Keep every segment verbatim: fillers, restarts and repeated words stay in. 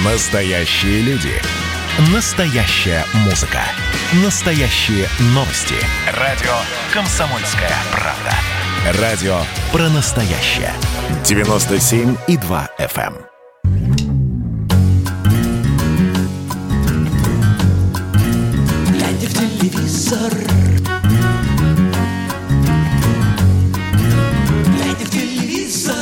Настоящие люди. Настоящая музыка. Настоящие новости. Радио «Комсомольская правда». Радио про настоящее. девяносто семь и два эф эм. Глядя в телевизор, глядя в телевизор.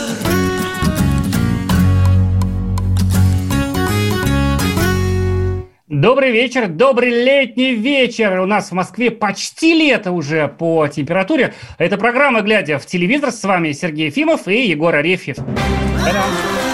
Добрый вечер, добрый летний вечер. У нас в Москве почти лето уже по температуре. Это программа «Глядя в телевизор». С вами Сергей Ефимов и Егор Арефьев. Та-дам.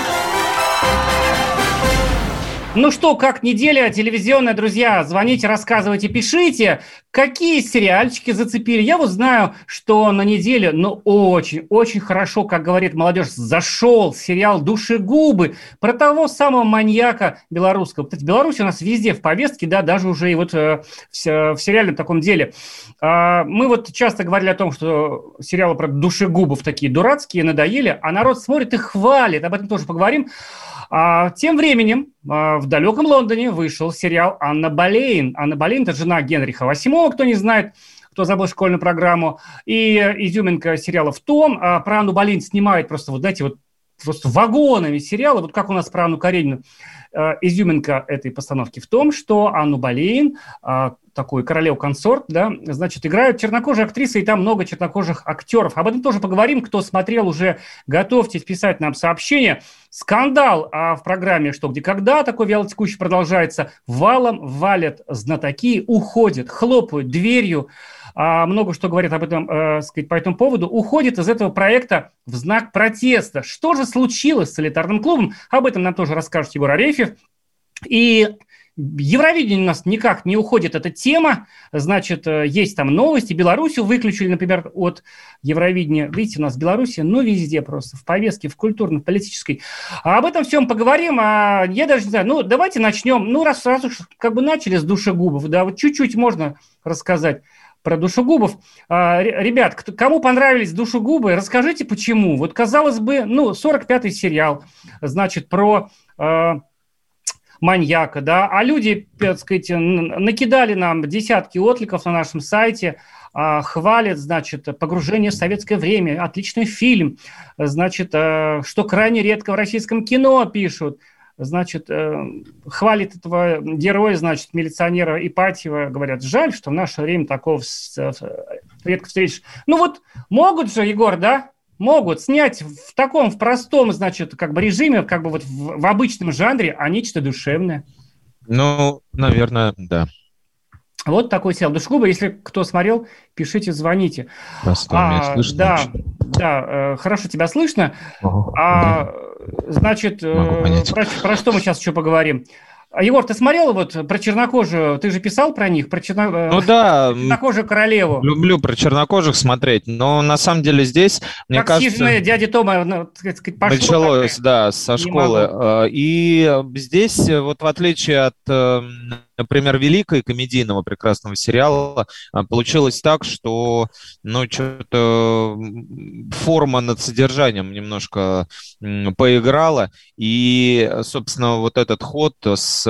Ну что, как неделя телевизионная, друзья? Звоните, рассказывайте, пишите, какие сериальчики зацепили. Я вот знаю, что на неделе, ну, очень-очень хорошо, как говорит молодежь, зашел сериал «Душегубы» про того самого маньяка белорусского. Кстати, Беларусь у нас везде в повестке, да, даже уже и вот э, в, в сериальном таком деле. А, мы вот часто говорили о том, что сериалы про душегубов такие дурацкие, надоели, а народ смотрит и хвалит. Об этом тоже поговорим. А, тем временем а, в далеком Лондоне вышел сериал «Анна Болейн». Анна Болейн – это жена Генриха восьмого, кто не знает, кто забыл школьную программу. И изюминка сериала в том, а, про Анну Болейн снимают просто, вот знаете, вот просто вагонами сериалы, вот как у нас про Анну Каренину. А, изюминка этой постановки в том, что Анну Болейн, а, такой королев-консорт, да, значит, играют чернокожие актрисы, и там много чернокожих актеров. Об этом тоже поговорим. Кто смотрел уже, готовьтесь писать нам сообщение. Скандал а в программе «Что, где, когда» такой вялотекущий продолжается. Валом валят знатоки, уходят, хлопают дверью. А, много что говорят об этом, э, сказать, по этому поводу. Уходит из этого проекта в знак протеста. Что же случилось с элитарным клубом? Об этом нам тоже расскажет Егор Арефьев. И Евровидение у нас никак не уходит эта тема. Значит, есть там новости. Белоруссию выключили, например, от Евровидения. Видите, у нас Белоруссия, ну, везде просто, в повестке, в культурной, в политической. А об этом всем поговорим. А я даже не знаю, ну, давайте начнем. Ну, раз, раз уж как бы начали с душегубов, да, вот чуть-чуть можно рассказать про душегубов. А, ребят, кому понравились душегубы, расскажите, почему. Вот, казалось бы, ну, сорок пятый сериал, значит, про... маньяка, да, а люди, так сказать, накидали нам десятки откликов на нашем сайте, а, хвалят, значит, погружение в советское время, отличный фильм, значит, а, что крайне редко в российском кино пишут, значит, а, хвалит этого героя, значит, милиционера Ипатьева, говорят, жаль, что в наше время такого редко встретишь. Ну вот, могут же, Егор, да? Могут снять в таком, в простом, значит, как бы режиме, как бы вот в, в обычном жанре, а нечто душевное. Ну, наверное, да. Вот такой сериал «Душегубы». Если кто смотрел, пишите, звоните. Просто а, меня слышно. Да, да, э, хорошо тебя слышно. Ого, а, да. Значит, э, про, про что мы сейчас еще поговорим? Егор, ты смотрел вот про чернокожую, ты же писал про них, про черно... ну, да. чернокожую королеву? Люблю про чернокожих смотреть, но на самом деле здесь, мне как кажется... Как дяди Тома, ну, так сказать, пошло. Началось, да, со школы. Могу. И здесь, вот в отличие от, например, великой комедийного прекрасного сериала, получилось так, что, ну, что-то форма над содержанием немножко поиграла, и, собственно, вот этот ход с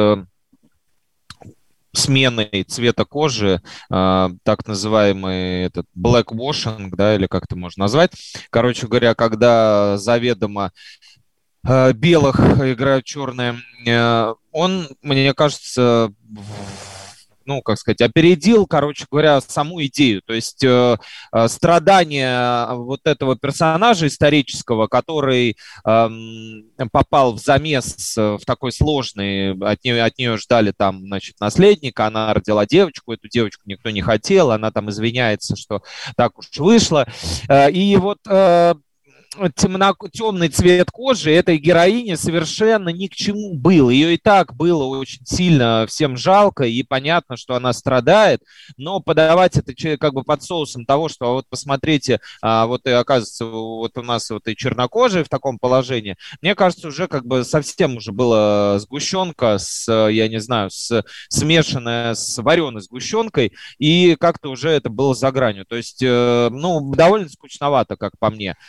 сменой цвета кожи, э, так называемый этот blackwashing, да, или как это можно назвать. Короче говоря, когда заведомо э, белых играют черные, э, он, мне кажется, ну, как сказать, опередил, короче говоря, саму идею. То есть э, э, страдания вот этого персонажа исторического, который э, попал в замес в такой сложный, от нее, от нее ждали там, значит, наследника, она родила девочку, эту девочку никто не хотел, она там извиняется, что так уж вышло. Э, и вот... Э, темно, темный цвет кожи этой героини совершенно ни к чему был. Ее и так было очень сильно всем жалко, и понятно, что она страдает, но подавать это как бы под соусом того, что вот посмотрите, а, вот и оказывается, вот у нас вот и чернокожие в таком положении, мне кажется, уже как бы совсем уже была сгущенка с, я не знаю, с, смешанная с вареной сгущенкой, и как-то уже это было за гранью. То есть, ну, довольно скучновато, как по мне. Да, ты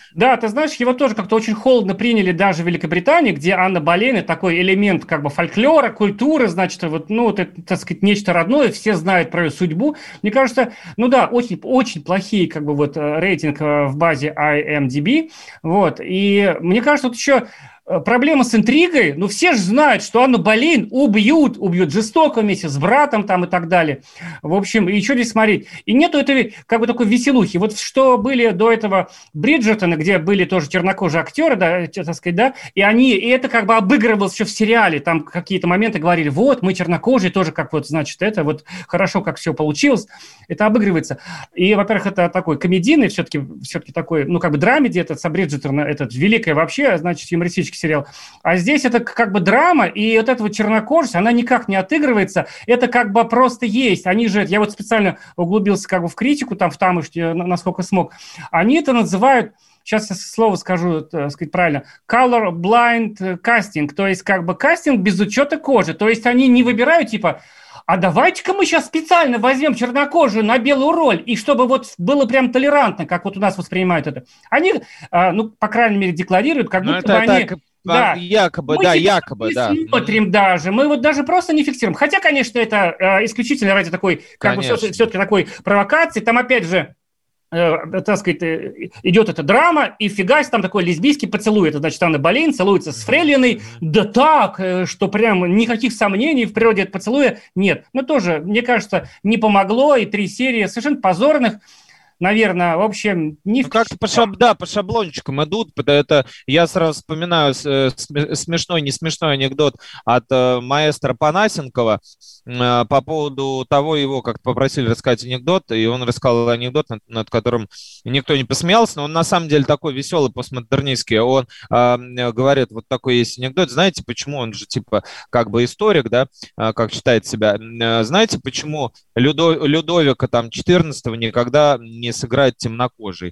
ты знаешь, его тоже как-то очень холодно приняли даже в Великобритании, где Анна Болейн такой элемент как бы фольклора, культуры, значит, вот, ну, вот это, так сказать, нечто родное, все знают про ее судьбу. Мне кажется, ну да, очень, очень плохие как бы вот рейтинг в базе ай эм ди би, вот, и мне кажется, вот еще проблема с интригой, ну, все же знают, что Анну Болейн убьют, убьют жестоко вместе с братом там и так далее. В общем, и что здесь смотреть? И нету этой, как бы, такой веселухи. Вот что были до этого Бриджертоны, где были тоже чернокожие актеры, да, так сказать, да, и они, и это как бы обыгрывалось еще в сериале, там какие-то моменты говорили, вот, мы чернокожие, тоже как вот, значит, это вот хорошо, как все получилось, это обыгрывается. И, во-первых, это такой комедийный, все-таки, все-таки такой, ну, как бы драмеди, этот со Бриджертона, этот великая вообще, значит, юмористический сериал. А здесь это как бы драма, и вот эта вот чернокожесть, она никак не отыгрывается, это как бы просто есть. Они же, я вот специально углубился как бы в критику, там, в там, насколько смог, они это называют, сейчас я слово скажу, так сказать, правильно, color blind casting, то есть как бы кастинг без учета кожи, то есть они не выбирают, типа, а давайте-ка мы сейчас специально возьмем чернокожую на белую роль, и чтобы вот было прям толерантно, как вот у нас воспринимают это. Они, ну, по крайней мере, декларируют, как будто бы они... Так... Да. Якобы, мы да, типа якобы, не да. смотрим даже, мы вот даже просто не фиксируем. Хотя, конечно, это э, исключительно ради такой, как конечно. бы все-таки такой провокации. Там опять же, э, так сказать, э, идет эта драма, и фигась там такой лесбийский поцелуй. Это значит, Анна Болейн целуется с Фрейлиной, mm-hmm. да так, э, что прям никаких сомнений в природе от поцелуя нет. Но тоже, мне кажется, не помогло, и три серии совершенно позорных. Наверное, в общем, не... Ну, как-то по, шаб... да, по шаблончикам идут. Это я сразу вспоминаю смешной, не смешной анекдот от э, маэстро Панасенкова э, по поводу того, его как-то попросили рассказать анекдот, и он рассказал анекдот, над, над которым никто не посмеялся, но он на самом деле такой веселый, постмодернистский. Он э, говорит, вот такой есть анекдот, знаете, почему он же типа как бы историк, да, э, как считает себя. Э, знаете, почему Людо... Людовика там четырнадцатого никогда не сыграет темнокожий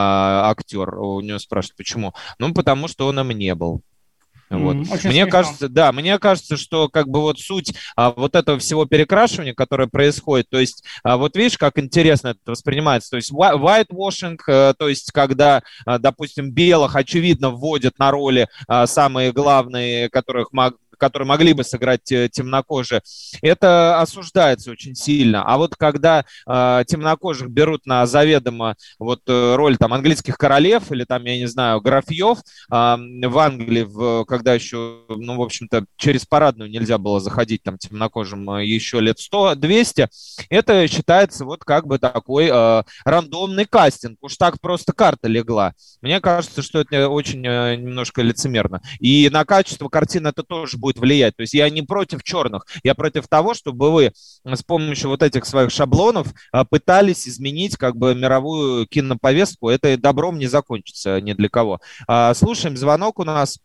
а, актер. У него спрашивают, почему? Ну, потому что он им не был. Вот. Mm, мне смешно. кажется, да, мне кажется, что как бы вот суть а, вот этого всего перекрашивания, которое происходит, то есть а, вот видишь, как интересно это воспринимается, то есть whitewashing, а, то есть когда, а, допустим, белых очевидно вводят на роли а, самые главные, которых мог которые могли бы сыграть темнокожие, это осуждается очень сильно. А вот когда э, темнокожих берут на заведомо вот роль там английских королев или там, я не знаю, графьев э, в Англии, в, когда еще, ну, в общем-то, через парадную нельзя было заходить там темнокожим еще лет сто-двести, это считается вот как бы такой э, рандомный кастинг. Уж так просто карта легла. Мне кажется, что это очень э, немножко лицемерно. И на качество картины это тоже будет будет влиять. То есть я не против черных, я против того, чтобы вы с помощью вот этих своих шаблонов пытались изменить как бы мировую киноповестку. Это добром не закончится ни для кого. Слушаем звонок у нас.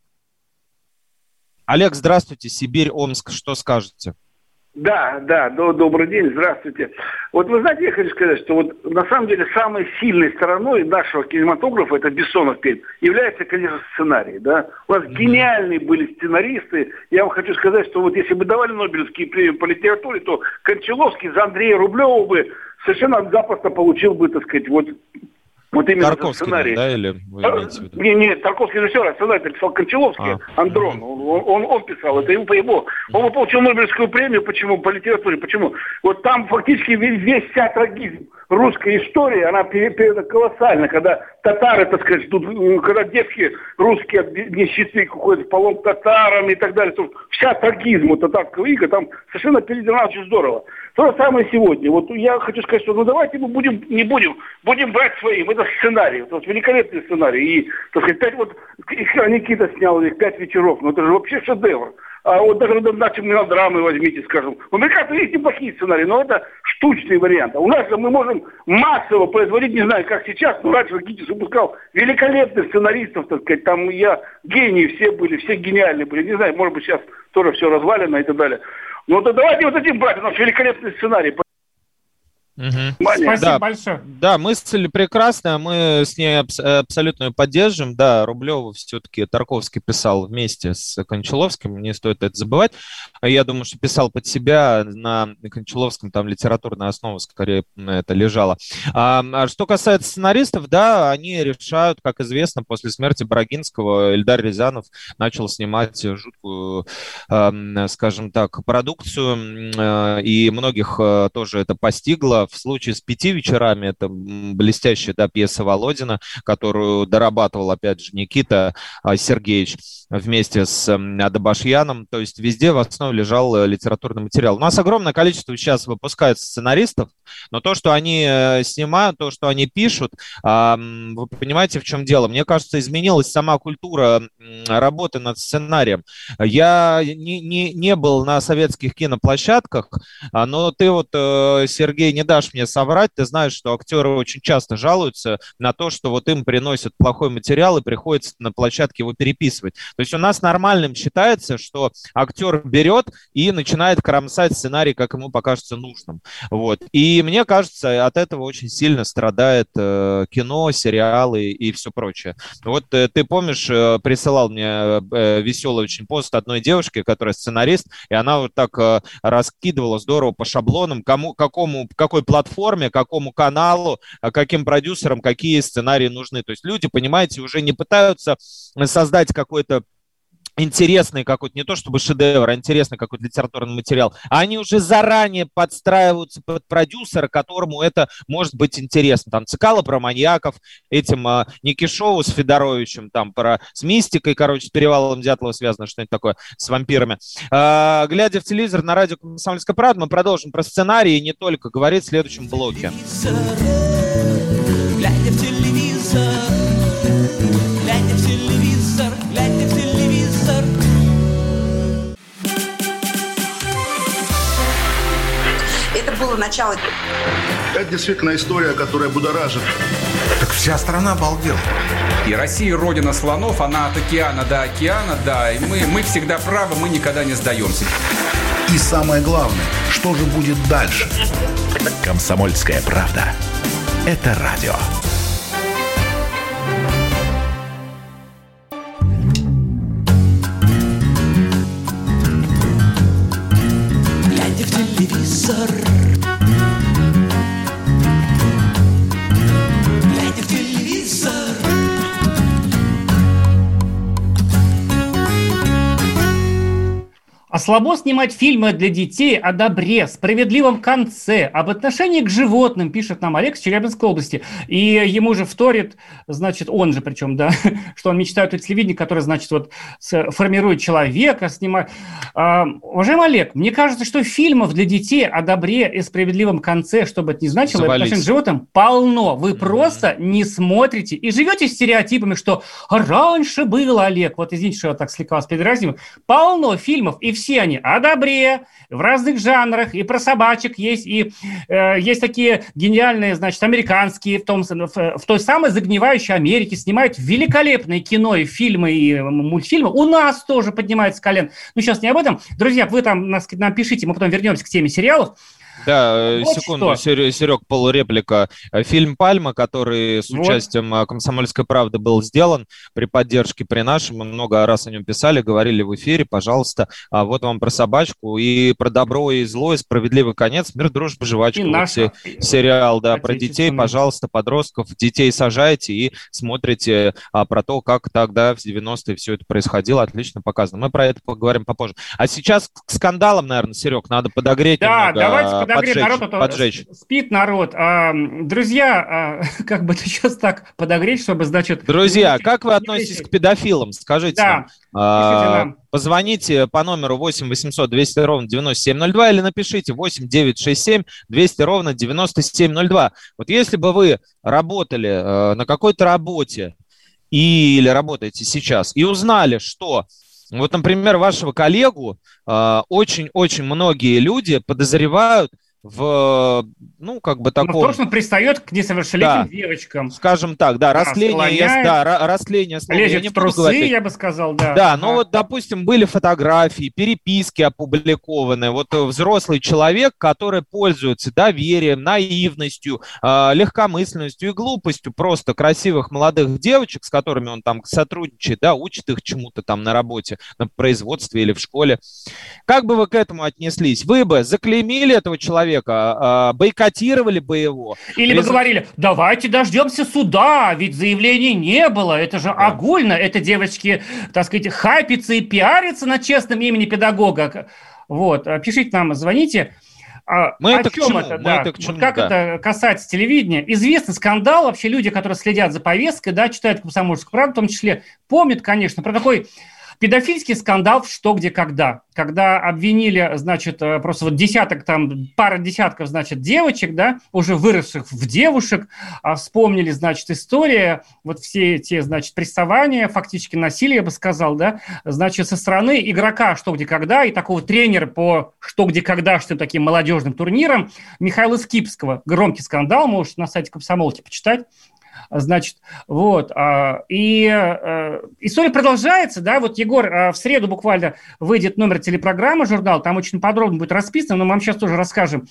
Олег, здравствуйте, Сибирь, Омск, что скажете? Да, да, добрый день, здравствуйте. Вот вы знаете, я хочу сказать, что вот на самом деле самой сильной стороной нашего кинематографа, это Бессонов фильм, является, конечно, сценарий, да. У нас mm-hmm. гениальные были сценаристы. Я вам хочу сказать, что вот если бы давали Нобелевские премии по литературе, то Кончаловский за Андрея Рублева бы совершенно запросто получил бы, так сказать, вот... Вот именно Тарковский, сценарий. Да, или вы имеете в виду? Не, не, Тарковский режиссер, а сценарий писал Кончаловский, а. Андрон. Он, он, он писал, это ему по его. Он бы получил Нобелевскую премию, почему? По литературе, почему? Вот там фактически весь, весь вся трагизм русской истории, она колоссальна, когда татары, так сказать, тут, когда девки русские от нищеты ходят в полон к татарам и так далее, то вся трагизм вот татарского ига там совершенно передана очень здорово. То же самое сегодня. Вот я хочу сказать, что ну давайте мы будем, не будем, будем брать своим. Это сценарий, это вот великолепный сценарий. И, так сказать, пять вот, Никита снял их пять вечеров, ну это же вообще шедевр. А вот даже наши мелодрамы возьмите, скажем. У американцев есть неплохие сценарии, но это штучный вариант. А у нас же мы можем массово производить, не знаю, как сейчас, но раньше Гитис выпускал великолепных сценаристов, так сказать, там я, гении все были, все гениальные были. Не знаю, может быть, сейчас тоже все развалено и так далее. Ну, то давайте вот этим брать, у нас великолепный сценарий. Угу. Спасибо да, большое. Да, мысль прекрасная, мы с ней абс- абсолютно ее поддержим. Да, Рублева все-таки Тарковский писал вместе с Кончаловским, не стоит это забывать. Я думаю, что писал под себя, на Кончаловском там литературная основа скорее это лежала. А, а что касается сценаристов, да, они решают, как известно, после смерти Брагинского Эльдар Рязанов начал снимать жуткую, э, скажем так, продукцию, э, и многих э, тоже это постигло. В случае с «Пяти вечерами» это блестящая, да, пьеса Володина, которую дорабатывал, опять же, Никита Сергеевич вместе с Адабашьяном. То есть везде в основе лежал литературный материал. У нас огромное количество сейчас выпускается сценаристов, но то, что они снимают, то, что они пишут, вы понимаете, в чем дело? Мне кажется, изменилась сама культура работы над сценарием. Я не, не, не был на советских киноплощадках, но ты вот, Сергей, не дашь мне соврать, ты знаешь, что актеры очень часто жалуются на то, что вот им приносят плохой материал и приходится на площадке его переписывать. То есть у нас нормальным считается, что актер берет и начинает кромсать сценарий, как ему покажется нужным. Вот. И мне кажется, от этого очень сильно страдает э, кино, сериалы и все прочее. Вот э, ты помнишь, э, присылал мне э, веселый очень пост одной девушки, которая сценарист, и она вот так э, раскидывала здорово по шаблонам, кому, какому, какой платформе, какому каналу, каким продюсерам какие сценарии нужны. То есть люди, понимаете, уже не пытаются создать какой-то интересный какой-то, не то чтобы шедевр, а интересный какой-то литературный материал, а они уже заранее подстраиваются под продюсера, которому это может быть интересно. Там Цикало про маньяков, этим а, Никишову с Федоровичем, там про с мистикой, короче, с Перевалом Дятлова связано, что-нибудь такое, с вампирами. А, глядя в телевизор на радио «Комсомольская правда», мы продолжим про сценарий и не только говорить в следующем блоке. Глядя в телевизор, глядя в телевизор, глядя в телевизор. Это было начало. Это действительно история, которая будоражит. Так вся страна обалдела. И Россия родина слонов, она от океана до океана, да, и мы, мы всегда правы, мы никогда не сдаемся. И самое главное, что же будет дальше? «Комсомольская правда». Это радио. Глядя в телевизор, глядя в телевизор. А слабо снимать фильмы для детей о добре, справедливом конце, об отношении к животным, пишет нам Олег с Челябинской области. И ему же вторит, значит, он же причем, да, что он мечтает о телевидении, которое, значит, вот формирует человека, снимает. А, уважаемый Олег, мне кажется, что фильмов для детей о добре и справедливом конце, чтобы это не значило, отношение к животным, полно. Вы mm-hmm. просто не смотрите и живете стереотипами, что раньше было, Олег, вот извините, что я так слегка вас передразниваю, полно фильмов, и все они о добре, в разных жанрах, и про собачек есть, и э, есть такие гениальные, значит, американские, в, том, в, в той самой загнивающей Америке снимают великолепные кино и фильмы, и мультфильмы. У нас тоже поднимается колен. Ну, сейчас не об этом. Друзья, вы там нас, нам пишите, мы потом вернемся к теме сериалов. Да, вот секунду, Серег, Серег, полуреплика. Фильм «Пальма», который с вот. участием «Комсомольской правды» был сделан при поддержке при нашем, мы много раз о нем писали, говорили в эфире, пожалуйста, а вот вам про собачку и про добро и зло, и справедливый конец, мир, дружба, жвачка. Вот се- сериал, да, про детей, пожалуйста, подростков, детей сажайте и смотрите а, про то, как тогда в девяностые все это происходило, отлично показано. Мы про это поговорим попозже. А сейчас к скандалам, наверное, Серег, надо подогреть да, немного. Давайте подогреть. Поджечь, народ, а поджечь. Спит народ. А, друзья, а, как бы это сейчас так подогреть, чтобы, значит... Друзья, как вы относитесь к педофилам? Скажите да. нам. А, позвоните по номеру восемь восемьсот двести ровно девяносто семь ноль два или напишите восемь девятьсот шестьдесят семь двести ровно девяносто семь ноль два. Вот если бы вы работали э, на какой-то работе или работаете сейчас и узнали, что... Вот, например, вашего коллегу э, очень-очень многие люди подозревают в, ну, как бы таком... Ну, в том, что он пристает к несовершеннолетним да, девочкам. скажем так, да, растление, я, да, растление слова. Лезет я не в трусы, говорить. я бы сказал, да. Да, ага. ну вот, допустим, были фотографии, переписки опубликованы. Вот взрослый человек, который пользуется доверием, наивностью, э, легкомысленностью и глупостью просто красивых молодых девочек, с которыми он там сотрудничает, да, учит их чему-то там на работе, на производстве или в школе. Как бы вы к этому отнеслись? Вы бы заклеймили этого человека, э, бойкотировали бы его? Или През... бы говорили, давайте дождемся суда, ведь заявлений не было, это же да. огульно, это девочки, так сказать, хайпятся и пиарятся на честном имени педагога. Вот, пишите нам, звоните. Мы О это чем к чему? это? Мы Да. это к чему? Вот как да. это касается телевидения? Известный скандал, вообще люди, которые следят за повесткой, да, читают «Комсомольскую правду», в том числе, помнят, конечно, про такой педофильский скандал в «Что, где, когда», когда обвинили, значит, просто вот десяток, там, пара десятков, значит, девочек, да, уже выросших в девушек, а вспомнили, значит, история, вот все те, значит, приставания, фактически насилие, я бы сказал, да, значит, со стороны игрока «Что, где, когда» и такого тренера по «Что, где, когда», что таким молодежным турнирам Михаила Скипского. Громкий скандал, можете на сайте «Комсомолки» почитать. Значит, вот, и история продолжается, да, вот, Егор, в среду буквально выйдет номер телепрограммы, журнал, там очень подробно будет расписано, но мы вам сейчас тоже расскажем,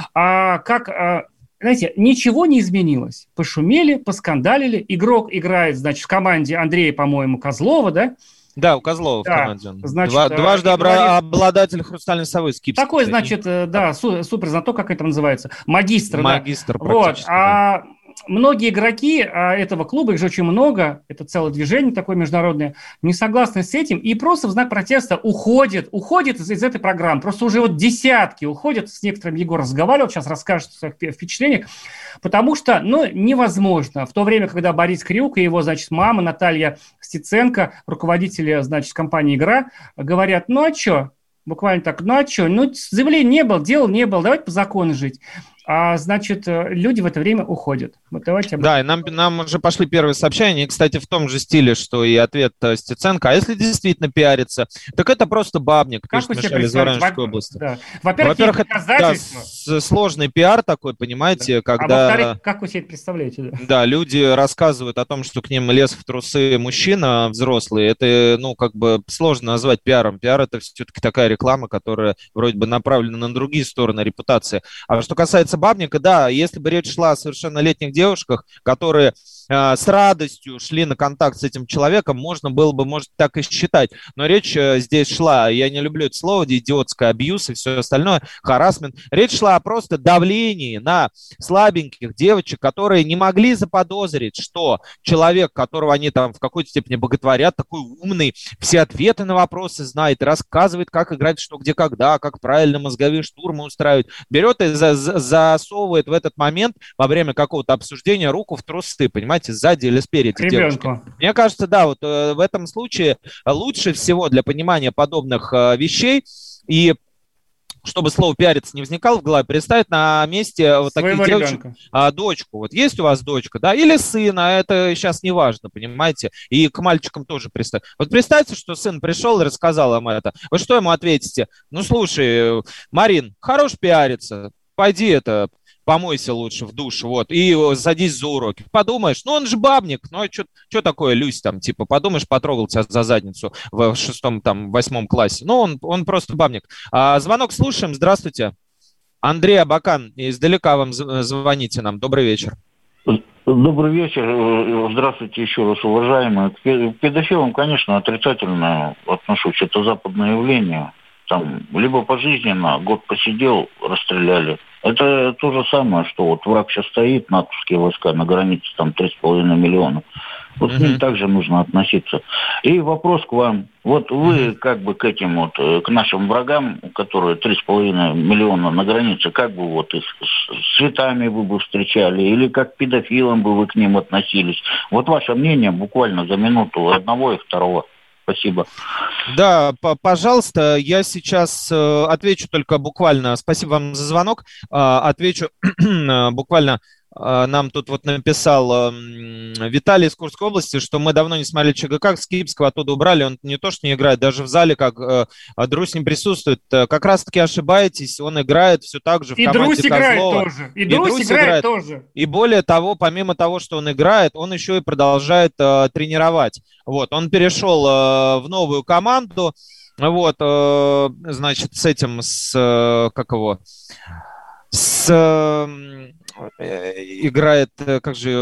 как, знаете, ничего не изменилось, пошумели, поскандалили, игрок играет, значит, в команде Андрея, по-моему, Козлова, да, Да, у Козлова да, в команде. Значит, Два, дважды говорит, обладатель «Хрустальной совы» Скипский. Такой, значит, да, супер знаток, как это называется, магистр. Магистр, да. практически, вот, а многие игроки этого клуба, их же очень много, это целое движение такое международное, не согласны с этим и просто в знак протеста уходят, уходят из, из этой программы. Просто уже вот десятки уходят, с некоторыми Егор разговаривал, сейчас расскажет о своих впечатлениях, потому что, ну, невозможно. В то время, когда Борис Крюк и его, значит, мама Наталья Стеценко, руководители, значит, компании «Игра», говорят, ну, а что? Буквально так, ну, а что? Ну, заявления не было, дел не было, давайте по закону жить. А, значит, люди в это время уходят. Вот давайте об... Да, и нам, нам уже пошли первые сообщения, и, кстати, в том же стиле, что и ответ Стеценко. А если действительно пиарится, так это просто бабник, как пишет Мишель из Воронежской области. Да. Во-первых, Во-первых это да, сложный пиар такой, понимаете, да. когда... А во-вторых, как вы себе это представляете? Да? да, люди рассказывают о том, что к ним лез в трусы мужчина взрослый. Это, ну, как бы сложно назвать пиаром. Пиар – это все-таки такая реклама, которая вроде бы направлена на другие стороны репутации. А что касается бабника, да, если бы речь шла о совершеннолетних девушках, которые э, с радостью шли на контакт с этим человеком, можно было бы, может, так и считать. Но речь э, здесь шла, я не люблю это слово, идиотское, абьюз и все остальное, харассмент. Речь шла о просто давлении на слабеньких девочек, которые не могли заподозрить, что человек, которого они там в какой-то степени боготворят, такой умный, все ответы на вопросы знает, рассказывает, как играть что, где, когда, как правильно мозговые штурмы устраивать, берет и за, за, засовывает в этот момент во время какого-то обсуждения руку в трусы, понимаете, сзади или спереди девушки. Мне кажется, да, вот э, в этом случае лучше всего для понимания подобных э, вещей и чтобы слово «пиариться» не возникало в голове, представить на месте вот таких девочек а, дочку. Вот есть у вас дочка, да, или сына, это сейчас не важно, понимаете, и к мальчикам тоже представить. Вот представьте, что сын пришел и рассказал им это. Вы что ему ответите? Ну, слушай, Марин, хорош пиариться, пойди это... помойся лучше в душ, вот, и садись за уроки. Подумаешь, ну он же бабник, ну а что такое, Люсь, там, типа, подумаешь, потрогал тебя за задницу в шестом, там, восьмом классе. Ну, он, он просто бабник. А, звонок слушаем, здравствуйте. Андрей Абакан, издалека вам звоните нам, добрый вечер. Добрый вечер, здравствуйте еще раз, уважаемые. К педофилам, конечно, отрицательно отношусь, это западное явление. Там, либо пожизненно, год посидел, расстреляли. Это то же самое, что вот враг сейчас стоит, натовские войска на границе, там три с половиной миллиона. Вот mm-hmm. к ним также нужно относиться. И вопрос к вам. Вот вы mm-hmm. как бы к этим вот, к нашим врагам, которые три с половиной миллиона на границе, как бы вот их с цветами вы бы встречали, или как к педофилам бы вы к ним относились? Вот ваше мнение буквально за минуту одного и второго. Спасибо. Да, пожалуйста, я сейчас э, отвечу только буквально, спасибо вам за звонок, э, отвечу буквально Нам тут вот написал Виталий из Курской области, что мы давно не смотрели ЧГК, Скипского оттуда убрали, он не то что не играет, даже в зале, как Друзь не присутствует. Как раз-таки ошибаетесь, он играет все так же в и команде Козлова. Играет тоже. И, и Друзь, Друзь играет, играет тоже. И более того, помимо того, что он играет, он еще и продолжает э, тренировать. Вот, он перешел э, в новую команду, вот, э, значит, с этим, с, э, как его, с... Э, играет, как же,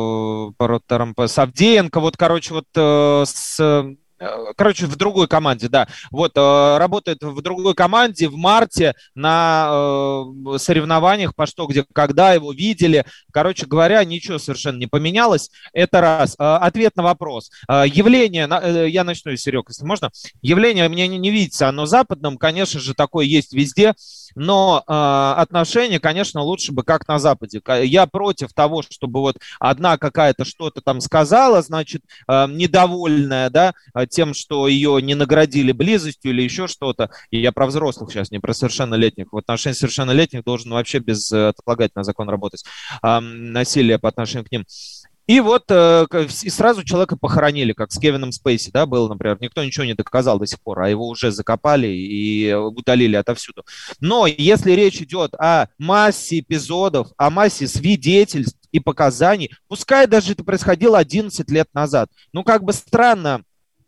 с Авдеенко, вот, короче, вот с... Короче, в другой команде, да. Вот, э, работает в другой команде в марте на э, соревнованиях по что, где, когда его видели. Короче говоря, ничего совершенно не поменялось. Это раз. Э, ответ на вопрос. Э, явление, э, я начну, Серег, если можно. Явление мне не, не видится, оно западным, конечно же, такое есть везде. Но э, отношения, конечно, лучше бы как на Западе. Я против того, чтобы вот одна какая-то что-то там сказала, значит, э, недовольная, да, тем, что ее не наградили близостью или еще что-то. И я про взрослых сейчас, не про совершеннолетних. В отношении совершеннолетних должен вообще безотлагательно закон работать. Э, насилие по отношению к ним. И вот э, и сразу человека похоронили, как с Кевином Спейси, да, было, например. Никто ничего не доказал до сих пор, а его уже закопали и удалили отовсюду. Но если речь идет о массе эпизодов, о массе свидетельств и показаний, пускай даже это происходило одиннадцать лет назад, ну как бы странно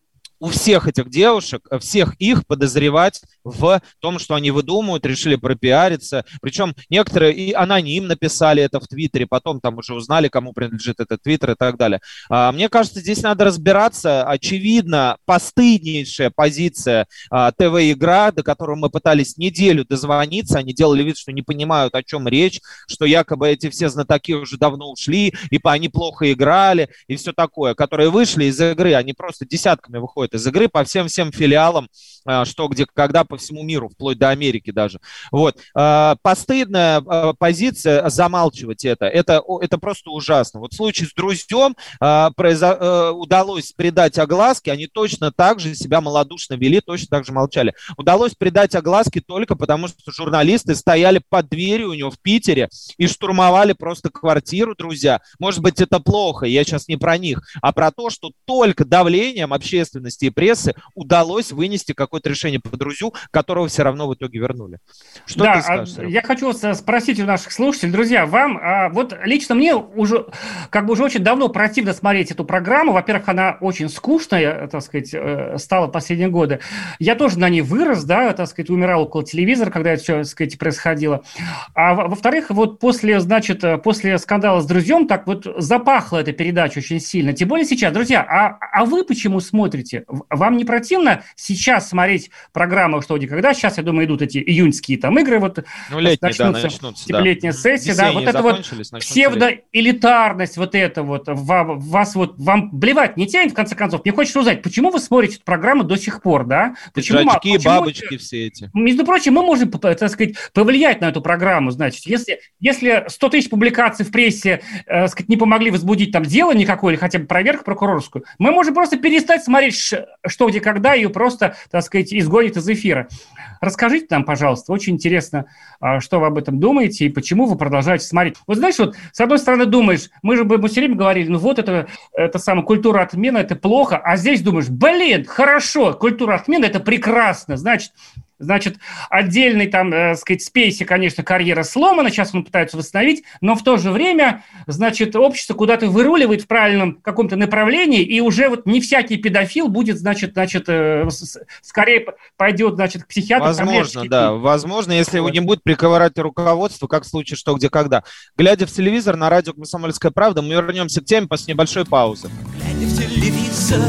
у всех этих девушек, всех их подозревать в том, что они выдумывают, решили пропиариться. Причем некоторые и анонимно писали это в Твиттере, потом там уже узнали, кому принадлежит этот Твиттер и так далее. А, мне кажется, здесь надо разбираться. Очевидно, постыднейшая позиция а, ТВ-игра, до которой мы пытались неделю дозвониться. Они делали вид, что не понимают, о чем речь, что якобы эти все знатоки уже давно ушли, и они плохо играли, и все такое. Которые вышли из игры, они просто десятками выходят из игры по всем-всем филиалам, что, где, когда, по всему миру, вплоть до Америки даже. Вот. Постыдная позиция замалчивать это. Это, это просто ужасно. Вот в случае с Друзьем произо... удалось придать огласке, они точно так же себя малодушно вели, точно так же молчали. Удалось придать огласке только потому, что журналисты стояли под дверью у него в Питере и штурмовали просто квартиру Друзья. Может быть, это плохо, я сейчас не про них, а про то, что только давлением общественности и прессы удалось вынести какое-то решение по Друзью, которого все равно в итоге вернули. Что да, ты скажешь, Серега? Я хочу спросить у наших слушателей, друзья, вам, а, вот лично мне уже, как бы уже очень давно противно смотреть эту программу. Во-первых, она очень скучная, так сказать, стала в последние годы. Я тоже на ней вырос, да, так сказать, умирал около телевизора, когда это все, так сказать, происходило. А во-вторых, вот после, значит, после скандала с Друзьем так вот запахла эта передача очень сильно. Тем более сейчас, друзья, а, а вы почему смотрите? Вам не противно сейчас смотреть программу «Что, где, когда»? Сейчас, я думаю, идут эти июньские там игры, вот ну, летние, начнутся, да, начнутся, типа да. летняя сессия, да, вот это вот псевдоэлитарность, вот это вот, вас вот, вам блевать не тянет, в конце концов. Мне хочется узнать, почему вы смотрите эту программу до сих пор, да? Почему, Пиджачки, почему, бабочки все эти. Между прочим, мы можем, так сказать, повлиять на эту программу, значит, если, если сто тысяч публикаций в прессе, э, сказать, не помогли возбудить там дело никакое или хотя бы проверку прокурорскую, мы можем просто перестать смотреть «Что, где, когда» и ее просто, так сказать, изгонят из эфира. Расскажите нам, пожалуйста, очень интересно, что вы об этом думаете и почему вы продолжаете смотреть. Вот знаешь, вот с одной стороны думаешь, мы же мы все время говорили, ну вот это, это самая культура отмены, это плохо, а здесь думаешь, блин, хорошо, культура отмены, это прекрасно, значит... Значит, отдельный там, э, сказать, Спейси, конечно, карьера сломана, сейчас он пытается восстановить, но в то же время, значит, общество куда-то выруливает в правильном каком-то направлении, и уже вот не всякий педофил будет, значит, значит, э, с, скорее пойдет, значит, к психиатру. Возможно, да, возможно, если его не будет приковырять руководство, как в случае «Что, где, когда». Глядя в телевизор на радио «Комсомольская правда», мы вернемся к теме после небольшой паузы. Глядя в телевизор,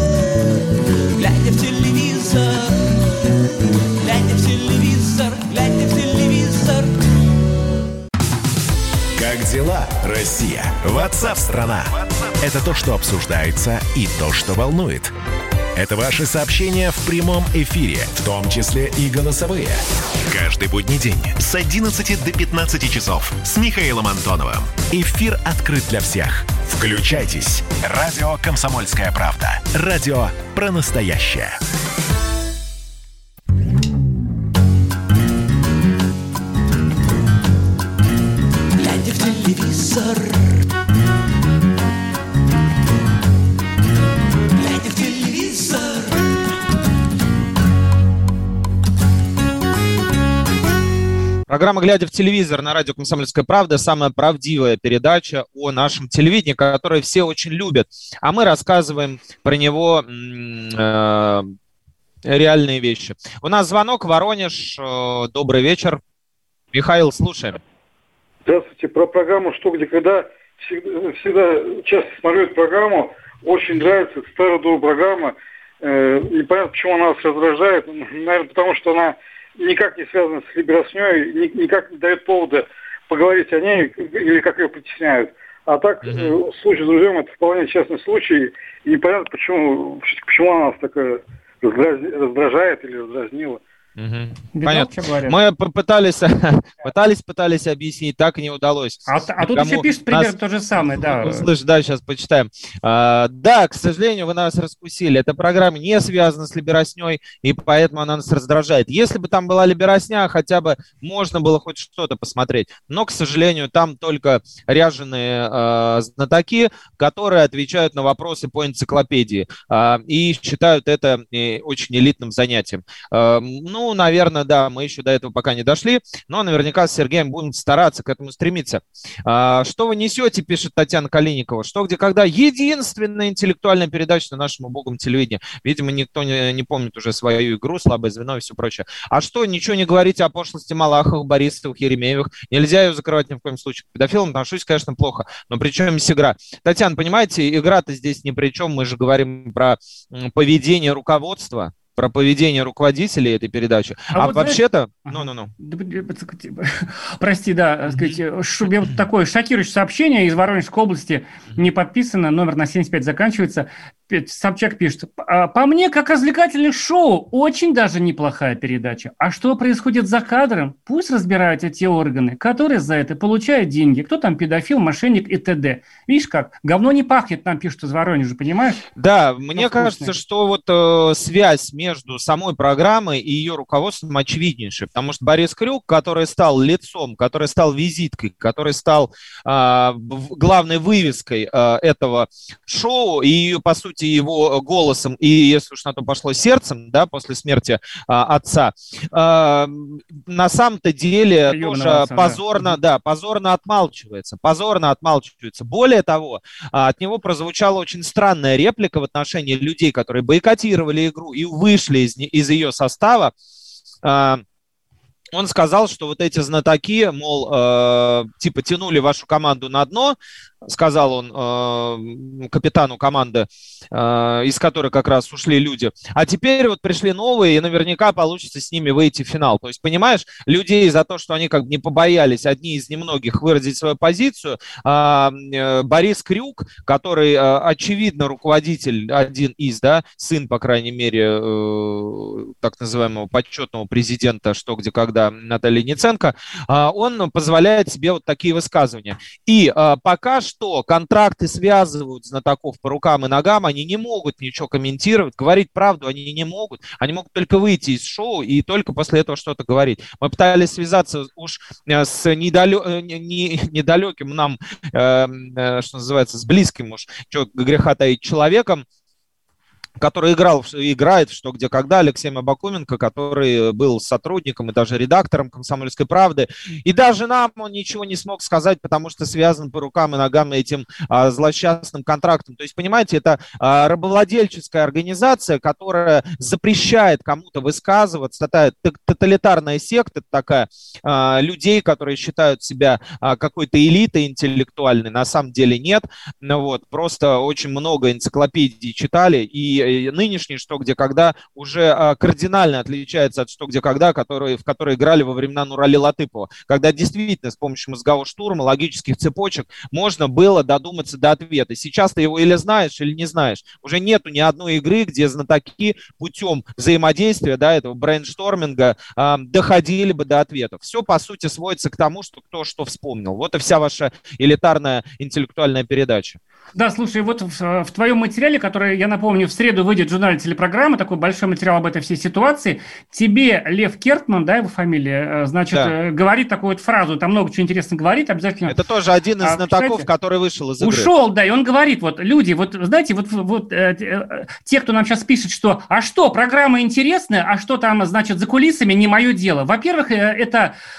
глядя в телевизор, глядя в телевизор, глядя в телевизор. Как дела, Россия? Ватсап-страна! Это то, что обсуждается и то, что волнует. Это ваши сообщения в прямом эфире, в том числе и голосовые. Каждый будний день с одиннадцати до пятнадцати часов с Михаилом Антоновым. Эфир открыт для всех. Включайтесь. Радио «Комсомольская правда». Радио про настоящее. Глядя в телевизор, Программа «Глядя в телевизор» на радио «Комсомольская правда» – самая правдивая передача о нашем телевидении, которое все очень любят. А мы рассказываем про него э, реальные вещи. У нас звонок, Воронеж. Э, добрый вечер. Михаил, слушаем. Здравствуйте. Про программу «Что, где, когда». Всегда, всегда часто смотрю эту программу. Очень нравится. Это старая добрая программа. Э, непонятно, почему она нас раздражает. Наверное, потому что она никак не связана с либеросней, никак не дает повода поговорить о ней или как ее притесняют. А так, mm-hmm. случай с друзьям, это вполне частный случай. И непонятно, почему, почему она нас так раздражает или раздразнила. Угу. Понятно. Мы попытались, пытались, пытались объяснить, так и не удалось. А, а тут еще пишет примерно то же самое, да. Слышь, да, сейчас почитаем. А, да, к сожалению, вы нас раскусили. Эта программа не связана с либеросней, и поэтому она нас раздражает. Если бы там была либеросня, хотя бы можно было хоть что-то посмотреть. Но, к сожалению, там только ряженые э, знатоки, которые отвечают на вопросы по энциклопедии э, и считают это э, очень элитным занятием. Э, ну, Ну, наверное, да, мы еще до этого пока не дошли, но наверняка с Сергеем будем стараться к этому стремиться. А, что вы несете, пишет Татьяна Калиникова, что, где, когда? Единственная интеллектуальная передача на нашем убогом телевидении. Видимо, никто не, не помнит уже свою игру, слабое звено и все прочее. А что, ничего не говорите о пошлости Малаховых, Борисовых, Еремеевых? Нельзя ее закрывать ни в коем случае. К педофилам отношусь, конечно, плохо, но при чем здесь игра? Татьяна, понимаете, игра-то здесь ни при чем, мы же говорим про поведение руководства, про поведение руководителей этой передачи. А, а вот вообще-то... Ну, ну, ну. Прости, да, сказать, ш... вот такое шокирующее сообщение из Воронежской области, не подписано, номер на семьдесят пять заканчивается. Собчак пишет: по мне, как развлекательное шоу, очень даже неплохая передача. А что происходит за кадром? Пусть разбирают эти органы, которые за это получают деньги. Кто там педофил, мошенник и т.д. Видишь как? Говно не пахнет, нам пишут из Воронежа, понимаешь? Да, мне кажется, что вот э, связь между самой программой и ее руководством очевиднейшая. Потому что Борис Крюк, который стал лицом, который стал визиткой, который стал э, главной вывеской э, этого шоу, и, по сути, его голосом и, если уж на то пошло, сердцем, да, после смерти а, отца, а, на самом-то деле Приемного тоже отца, позорно, да. да, позорно отмалчивается, позорно отмалчивается. Более того, а, от него прозвучала очень странная реплика в отношении людей, которые бойкотировали игру и вышли из, из ее состава. А, Он сказал, что вот эти знатоки, мол, э, типа тянули вашу команду на дно, сказал он э, капитану команды, э, из которой как раз ушли люди. А теперь вот пришли новые, и наверняка получится с ними выйти в финал. То есть, понимаешь, людей за то, что они как бы не побоялись, одни из немногих, выразить свою позицию, э, э, Борис Крюк, который, э, очевидно, руководитель, один из, да, сын, по крайней мере, э, так называемого почетного президента «Что, где, когда» Натальи Яценко, э, он позволяет себе вот такие высказывания. И э, пока что что контракты связывают знатоков по рукам и ногам, они не могут ничего комментировать, говорить правду они не могут, они могут только выйти из шоу и только после этого что-то говорить. Мы пытались связаться уж с недалё... недалеким нам, э, что называется, с близким уж, что греха таить, человеком, который играл, играет в «Что, где, когда», Алексеем Абакуменко, который был сотрудником и даже редактором «Комсомольской правды». И даже нам он ничего не смог сказать, потому что связан по рукам и ногам этим а, злосчастным контрактом. То есть, понимаете, это а, рабовладельческая организация, которая запрещает кому-то высказываться. Это тоталитарная секта такая, а, людей, которые считают себя а, какой-то элитой интеллектуальной. На самом деле нет. Ну, вот, просто очень много энциклопедий читали, и нынешний «Что, где, когда» уже кардинально отличается от «Что, где, когда», которые, в которые играли во времена Нурали Латыпова, когда действительно с помощью мозгового штурма, логических цепочек можно было додуматься до ответа. Сейчас ты его или знаешь, или не знаешь. Уже нету ни одной игры, где знатоки путем взаимодействия, да, этого брейншторминга э, доходили бы до ответов. Все, по сути, сводится к тому, что кто что вспомнил. Вот и вся ваша элитарная интеллектуальная передача. Да, слушай, вот в, в твоем материале, который, я напомню, в среду выйдет в журнале «Телепрограмма», такой большой материал об этой всей ситуации, тебе Лев Кертман, да, его фамилия, значит, да. говорит такую вот фразу, там много чего интересного говорит, обязательно... Это тоже один из а, знатоков, кстати, который вышел из игры. Ушел, да, и он говорит, вот, люди, вот, знаете, вот, вот э, э, те, кто нам сейчас пишет, что, а что, программа интересная, а что там, значит, за кулисами, не мое дело. Во-первых, э, это...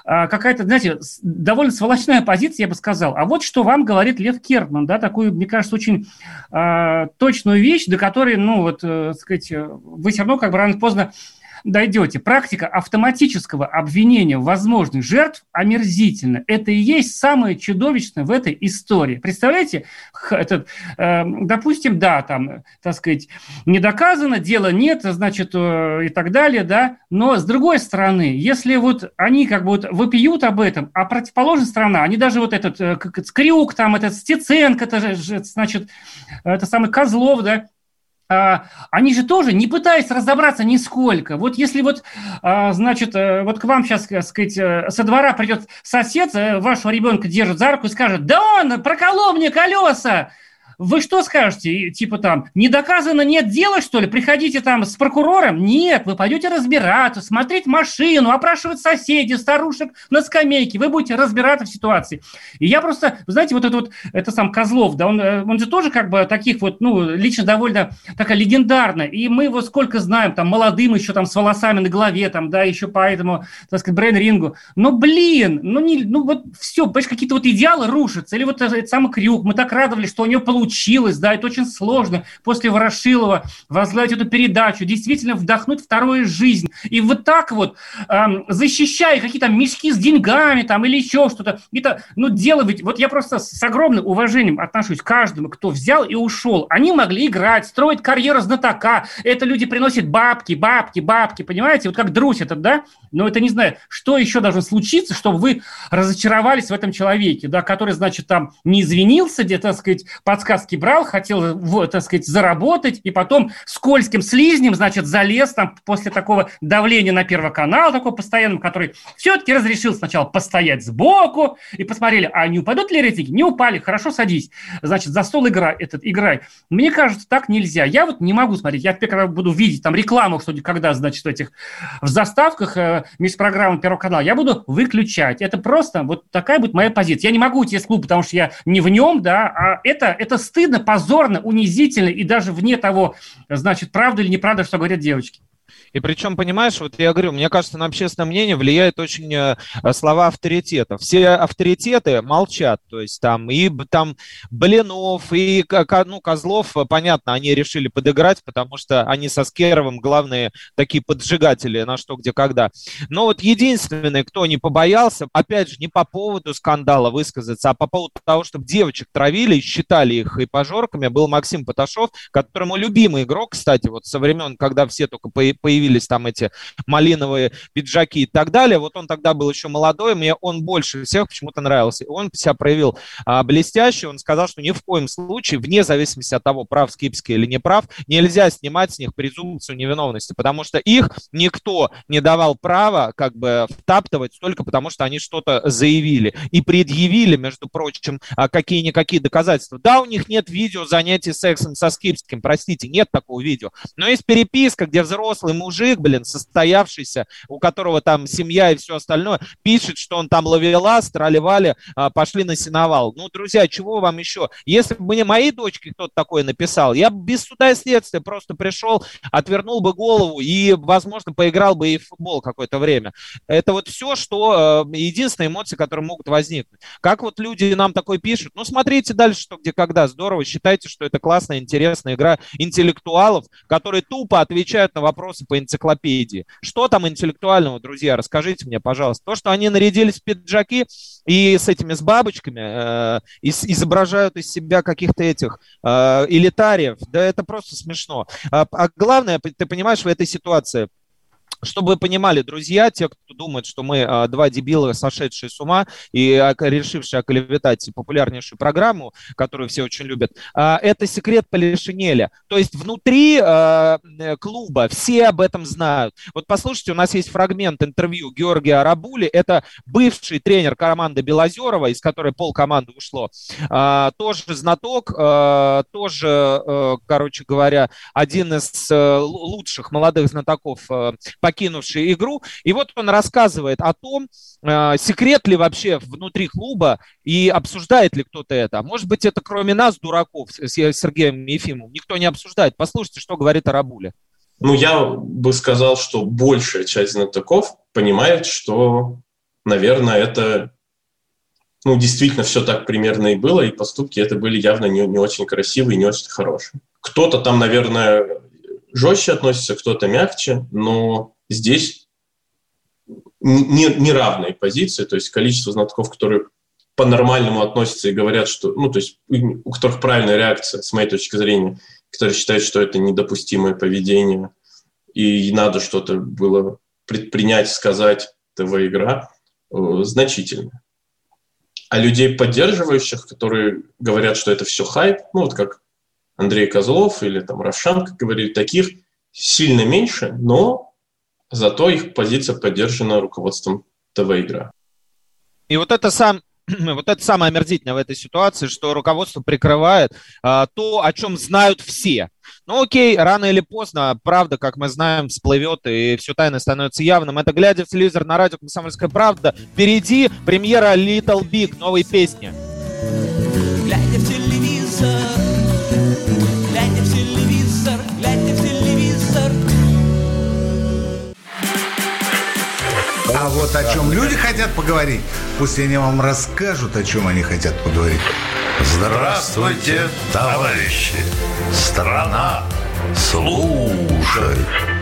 какая-то, знаете, довольно сволочная позиция, я бы сказал. А вот что вам говорит Лев Кертман, да, такую, мне кажется, очень э, точную вещь, до которой, ну, вот, э, сказать, вы все равно как бы рано или поздно дойдете. Практика автоматического обвинения возможных жертв омерзительна. Это и есть самое чудовищное в этой истории. Представляете, этот, э, допустим, да, там, так сказать, не доказано, дела нет, значит, э, и так далее, да, но с другой стороны, если вот они как бы вот вопиют об этом, а противоположная сторона, они даже вот этот э, Скрюк, там, этот Стеценко, это же, значит, это самый Козлов, да, они же тоже не пытаются разобраться нисколько. Вот если вот, значит, вот к вам сейчас, так сказать, со двора придет сосед, вашего ребенка держит за руку и скажет: да он проколол мне колеса. Вы что скажете? Типа там, не доказано, нет дела, что ли? Приходите там с прокурором? Нет, вы пойдете разбираться, смотреть машину, опрашивать соседей, старушек на скамейке. Вы будете разбираться в ситуации. И я просто, знаете, вот это вот, это сам Козлов, да, он, он же тоже как бы таких вот, ну, лично довольно такая легендарная. И мы его сколько знаем, там, молодым еще там с волосами на голове, там, да, еще по этому, так сказать, брейн-рингу. Но, блин, ну, не, ну вот все, понимаешь, какие-то вот идеалы рушатся. Или вот этот самый Крюк, мы так радовались, что у него получилось. Училась, да, это очень сложно после Ворошилова возглавить эту передачу, действительно вдохнуть вторую жизнь. И вот так вот, эм, защищая какие-то мешки с деньгами там или еще что-то, это, ну, дело ведь, вот я просто с огромным уважением отношусь к каждому, кто взял и ушел. Они могли играть, строить карьеру знатока, это люди приносят бабки, бабки, бабки, понимаете, вот как Друзь этот, да, но это не знаю, что еще должно случиться, чтобы вы разочаровались в этом человеке, да, который, значит, там не извинился, где-то, так сказать, подсказки брал, хотел, так сказать, заработать, и потом скользким слизнем, значит, залез там после такого давления на Первый канал, такого постоянного, который все-таки разрешил сначала постоять сбоку, и посмотрели, а не упадут ли рейтинги? Не упали, хорошо, садись. Значит, за стол играй, этот, играй. Мне кажется, так нельзя. Я вот не могу смотреть. Я теперь, когда буду видеть там рекламу, что когда, значит, в этих в заставках э, межпрограммы Первого канала, я буду выключать. Это просто вот такая будет моя позиция. Я не могу уйти из клуба, потому что я не в нем, да, а это, это стыдно, позорно, унизительно и даже вне того, значит, правда или неправда, что говорят девочки. И причем, понимаешь, вот я говорю, мне кажется, на общественное мнение влияет очень э, слова авторитетов. Все авторитеты молчат, то есть там и там Блинов, и ну, Козлов, понятно, они решили подыграть, потому что они со Скеровым главные такие поджигатели на что, где, когда. Но вот единственный, кто не побоялся, опять же, не по поводу скандала высказаться, а по поводу того, чтобы девочек травили, считали их и пожорками, был Максим Поташов, которому любимый игрок, кстати, вот со времен, когда все только появились появились там эти малиновые пиджаки и так далее. Вот он тогда был еще молодой, мне он больше всех почему-то нравился. Он себя проявил а, блестяще, он сказал, что ни в коем случае, вне зависимости от того, прав Скипский или не прав, нельзя снимать с них презумпцию невиновности, потому что их никто не давал права как бы втаптывать только потому, что они что-то заявили и предъявили, между прочим, какие-никакие доказательства. Да, у них нет видео занятий сексом со Скипским, простите, нет такого видео, но есть переписка, где взрослый мужик, блин, состоявшийся, у которого там семья и все остальное, пишет, что он там ловелас, трали-вали, пошли на сеновал. Ну, друзья, чего вам еще? Если бы мне моей дочке кто-то такое написал, я бы без суда и следствия просто пришел, отвернул бы голову и, возможно, поиграл бы и в футбол какое-то время. Это вот все, что единственные эмоции, которые могут возникнуть. Как вот люди нам такое пишут? Ну, смотрите дальше, что где когда. Здорово, считайте, что это классная, интересная игра интеллектуалов, которые тупо отвечают на вопросы по энциклопедии. Что там интеллектуального, друзья? Расскажите мне, пожалуйста. То, что они нарядились в пиджаки и с этими, с бабочками, э, изображают из себя каких-то этих э, элитариев, да это просто смешно. А, а главное, ты понимаешь, в этой ситуации, чтобы вы понимали, друзья, те, кто думает, что мы а, два дебила, сошедшие с ума и а, решившие оклеветать популярнейшую программу, которую все очень любят, а, это секрет Полишинеля. То есть внутри а, клуба все об этом знают. Вот послушайте, у нас есть фрагмент интервью Георгия Арабули, это бывший тренер команды Белозерова, из которой полкоманды ушло, а, тоже знаток, а, тоже, а, короче говоря, один из а, лучших молодых знатоков, а, покинувший игру. И вот он рассказывает о том, э, секрет ли вообще внутри клуба и обсуждает ли кто-то это. Может быть, это кроме нас, дураков, с Сергеем Ефимовым, никто не обсуждает. Послушайте, что говорит Арабуля. Ну, я бы сказал, что большая часть знатоков понимает, что наверное, это, ну, действительно все так примерно и было, и поступки это были явно не, не очень красивые, не очень хорошие. Кто-то там, наверное, жестче относится, кто-то мягче, но здесь не, не равные позиции, то есть количество знатоков, которые по-нормальному относятся и говорят, что, ну, то есть у которых правильная реакция, с моей точки зрения, которые считают, что это недопустимое поведение, и надо что-то было предпринять, сказать, ТВ-игра, значительно. А людей, поддерживающих, которые говорят, что это все хайп, ну, вот как Андрей Козлов или там Равшан, как говорили, таких сильно меньше, но зато их позиция поддержана руководством ТВ-игра. И вот это сам... Вот это самое омерзительное в этой ситуации, что руководство прикрывает а, то, о чем знают все. Ну окей, рано или поздно, правда, как мы знаем, всплывет, и все тайное становится явным. Это «Глядя в телевизор» на радио «Комсомольская правда». Впереди премьера Little Big, новой песни. Глядя в телевизор, глядя в телевизор, глядя в телевизор. А вот о чем люди хотят поговорить, пусть они вам расскажут, о чем они хотят поговорить. Здравствуйте, товарищи! Страна слушает.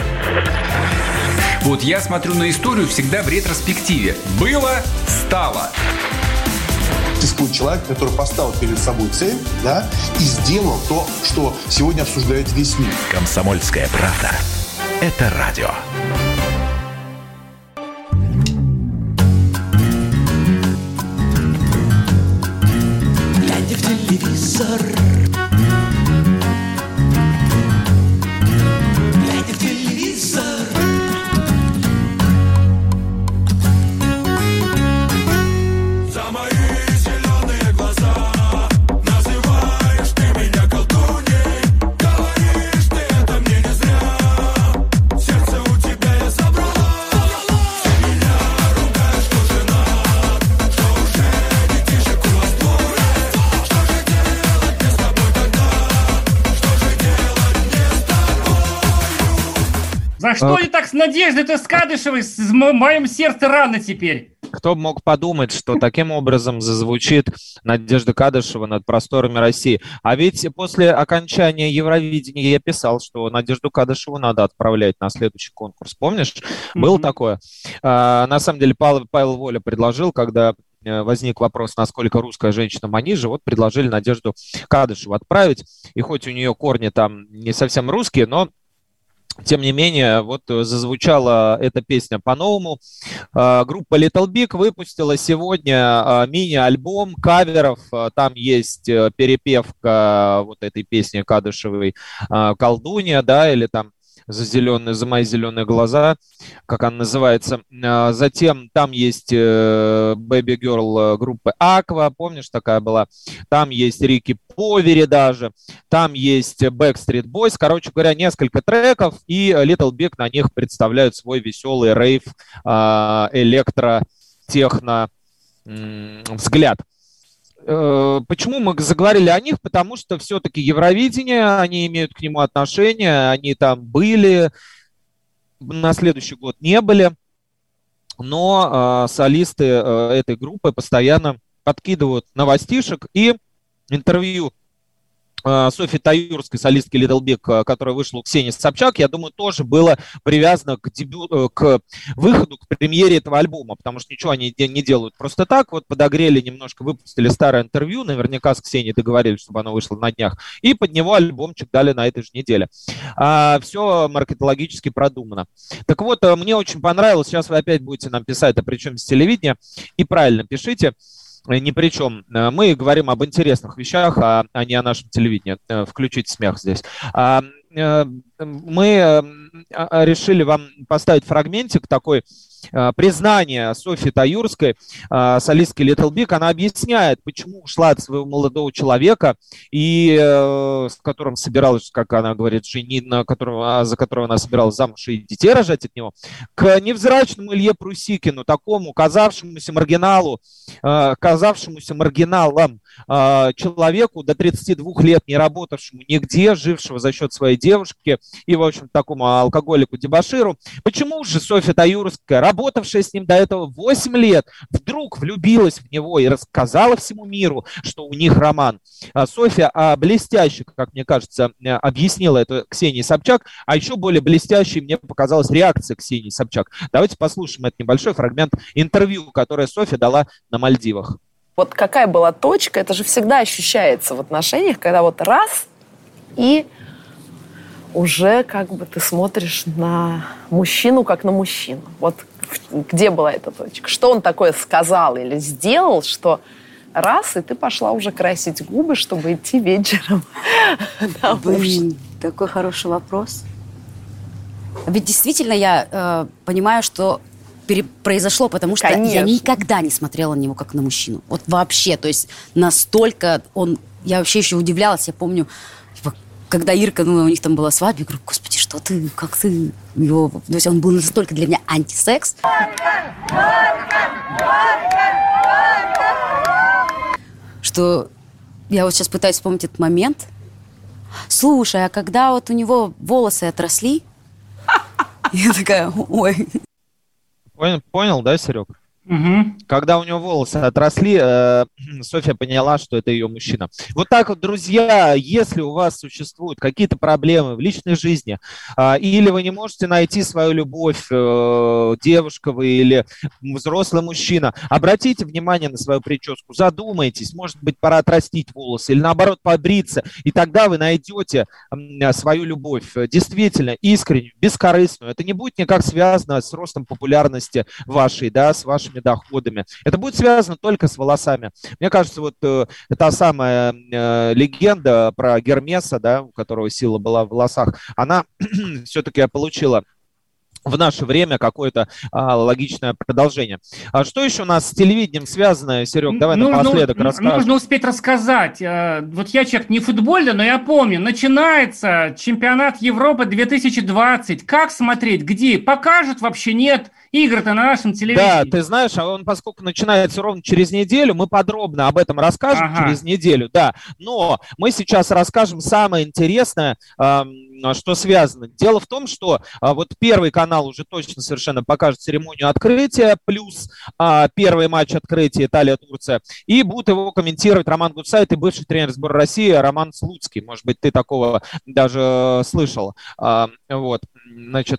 Вот я смотрю на историю всегда в ретроспективе. Было, стало. Существует человек, который поставил перед собой цель, да, и сделал то, что сегодня обсуждает весь мир. «Комсомольская правда» — это радио. Глядя в телевизор, глядя в телевизор. За мои зеленые глаза называешь ты меня колдуней, говоришь ты это мне не зря. Сердце у тебя я забрала, ты меня ругаешь, что женат, что уже детишек у вас двое. Что же делать мне с тобой тогда? Что же делать мне с тобой? За что ли так с Надеждой-то Скадышевой в моем сердце рано теперь? Кто бы мог подумать, что таким образом зазвучит Надежда Кадышева над просторами России. А ведь после окончания Евровидения я писал, что Надежду Кадышеву надо отправлять на следующий конкурс. Помнишь? Mm-hmm. Было такое. А, на самом деле Павел, Павел Воля предложил, когда возник вопрос, насколько русская женщина манижа, вот предложили Надежду Кадышеву отправить. И хоть у нее корни там не совсем русские, но тем не менее, вот зазвучала эта песня по-новому. Группа Little Big выпустила сегодня мини-альбом каверов. Там есть перепевка вот этой песни Кадышевой «Колдунья», да, или там «За зеленые, за мои зеленые глаза», как она называется. Затем там есть Baby Girl группы Aqua, помнишь, такая была? Там есть Рики Повери даже. Там есть Backstreet Boys. Короче говоря, несколько треков, и Little Big на них представляют свой веселый рейв, электро, техно взгляд. Почему мы заговорили о них? Потому что все-таки Евровидение, они имеют к нему отношение, они там были, на следующий год не были, но э, солисты э, этой группы постоянно подкидывают новостишек, и интервью Софьи Таюрской, солистки Little Big, которая вышла у Ксении Собчак, я думаю, тоже было привязано к, дебют, к выходу, к премьере этого альбома, потому что ничего они не делают просто так. Вот подогрели немножко, выпустили старое интервью, наверняка с Ксенией договорились, чтобы оно вышло на днях, и под него альбомчик дали на этой же неделе. А, все маркетологически продумано. Так вот, мне очень понравилось, сейчас вы опять будете нам писать, а при чем с телевидения, и правильно пишите, ни при чем. Мы говорим об интересных вещах, а, а не о нашем телевидении. Включите смех здесь. Мы решили вам поставить фрагментик такой, признание Софьи Таюрской, солистки Little Big. Она объясняет, почему ушла от своего молодого человека, и с которым собиралась, как она говорит, женить, которого, за которого она собиралась замуж и детей рожать от него, к невзрачному Илье Прусикину, такому казавшемуся маргиналу, казавшемуся маргиналом человеку до тридцати двух лет, не работавшему нигде, жившего за счет своей девушки и, в общем, такому алкоголику-дебоширу. Почему же Софья Таюрская, работавшая с ним до этого восемь лет, вдруг влюбилась в него и рассказала всему миру, что у них роман. Софья блестяще, как мне кажется, объяснила это Ксении Собчак, а еще более блестящей мне показалась реакция Ксении Собчак. Давайте послушаем этот небольшой фрагмент интервью, которое Софья дала на Мальдивах. Вот какая была точка, это же всегда ощущается в отношениях, когда вот раз и уже как бы ты смотришь на мужчину как на мужчину. Вот где была эта точка? Что он такое сказал или сделал, что раз, и ты пошла уже красить губы, чтобы идти вечером на ужин? Такой хороший вопрос. Ведь действительно я э, понимаю, что пере- произошло, потому что Конечно. я никогда не смотрела на него как на мужчину. Вот вообще, то есть настолько он... Я вообще еще удивлялась, я помню, когда Ирка, ну, у них там была свадьба, я говорю, господи, что ты, как ты его... То есть он был настолько для меня антисекс. Что я вот сейчас пытаюсь вспомнить этот момент. Слушай, а когда вот у него волосы отросли, я такая, ой. Понял, понял, да, Серег? Угу. Когда у него волосы отросли, э, Софья поняла, что это ее мужчина. Вот так вот, друзья, если у вас существуют какие-то проблемы в личной жизни, э, или вы не можете найти свою любовь, э, девушка вы или взрослый мужчина, обратите внимание на свою прическу, задумайтесь, может быть, пора отрастить волосы или наоборот побриться, и тогда вы найдете э, свою любовь, действительно, искреннюю, бескорыстную. Это не будет никак связано с ростом популярности вашей, да, с вашими доходами. Это будет связано только с волосами. Мне кажется, вот э, та самая э, легенда про Гермеса, да, у которого сила была в волосах, она все-таки получила в наше время какое-то а, логичное продолжение. А что еще у нас с телевидением связано, Серег? Давай ну, напоследок ну, расскажем. Нужно успеть рассказать. Вот я человек не футбольный, но я помню. Начинается чемпионат Европы две тысячи двадцать. Как смотреть? Где? Покажут? Вообще нет. Игры-то на нашем телевидении. Да, ты знаешь, а он, поскольку начинается ровно через неделю, мы подробно об этом расскажем ага. через неделю, да. Но мы сейчас расскажем самое интересное, э, что связано. Дело в том, что э, вот первый канал уже точно совершенно покажет церемонию открытия, плюс э, первый матч открытия Италия-Турция, и будут его комментировать Роман Гудсайт и бывший тренер сборной России Роман Слуцкий. Может быть, ты такого даже слышал. Э, вот, значит,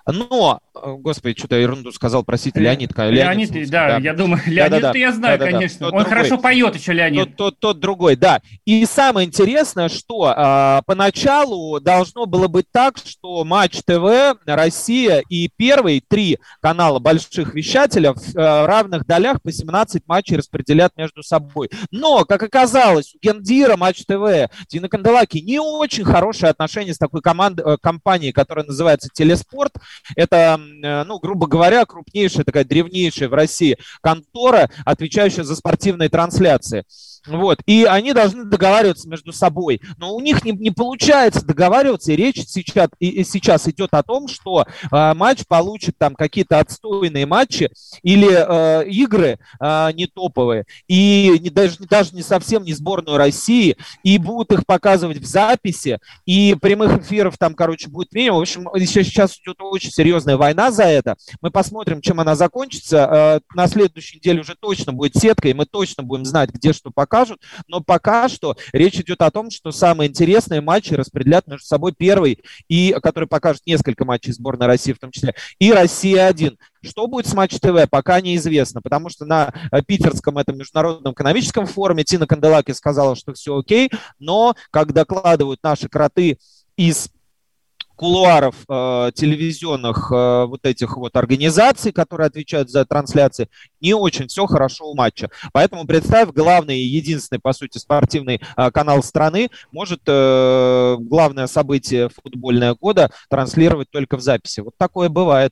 но, господи, что-то я ерунду сказал, простите, Леонид. Леонид, Леонид да, да, я думаю, Леонид-то я знаю, да, да, конечно. Да, Он другой. Хорошо поет еще, Леонид. Тот, тот, тот другой, да. И самое интересное, что а, поначалу должно было быть так, что Матч ТВ, Россия и Первый, три канала больших вещателя в а, равных долях по семнадцать матчей распределят между собой. Но, как оказалось, у гендира Матч ТВ Тины Канделаки не очень хорошие отношения с такой командой, компанией, которая называется Телеспорт. Это, ну, грубо говоря, крупнейшая, такая древнейшая в России контора, отвечающая за спортивные трансляции. Вот. И они должны договариваться между собой. Но у них не, не получается договариваться, и речь сейчас, и, и сейчас идет о том, что э, матч получит там какие-то отстойные матчи или э, игры э, не топовые, и не, даже, даже не совсем не сборную России, и будут их показывать в записи, и прямых эфиров там, короче, будет минимум. В общем, сейчас идет очень серьезная война за это. Мы посмотрим, чем она закончится. Э, на следующей неделе уже точно будет сетка, и мы точно будем знать, где что покажут. Но пока что речь идет о том, что самые интересные матчи распределят между собой Первый, и, который покажет несколько матчей сборной России в том числе, и Россия-один. Что будет с Матч ТВ, пока неизвестно, потому что на питерском этом международном экономическом форуме Тина Канделаки сказала, что все окей, но, как докладывают наши кроты из кулуаров э, телевизионных э, вот этих вот организаций, которые отвечают за трансляции, не очень все хорошо у матча. Поэтому, представь, главный и единственный, по сути, спортивный э, канал страны может э, главное событие футбольного года транслировать только в записи. Вот такое бывает.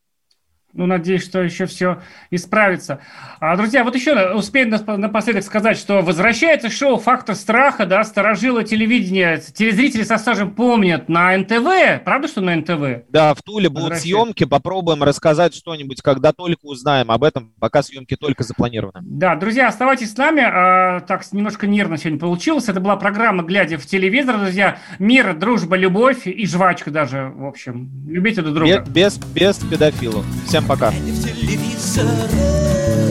Ну, надеюсь, что еще все исправится. А, друзья, вот еще успеем напоследок сказать, что возвращается шоу «Фактор страха», да, старожилы телевидения, телезрители со стажем помнят на эн тэ вэ. Правда, что на эн тэ вэ? Да, в Туле будут съемки, попробуем рассказать что-нибудь, когда только узнаем об этом, пока съемки только запланированы. Да, друзья, оставайтесь с нами. А, так, немножко нервно сегодня получилось. Это была программа «Глядя в телевизор», друзья. Мир, дружба, любовь и жвачка даже, в общем. Любите друг друга. Без, без, без педофилов. Всем Всем пока. телевизорах.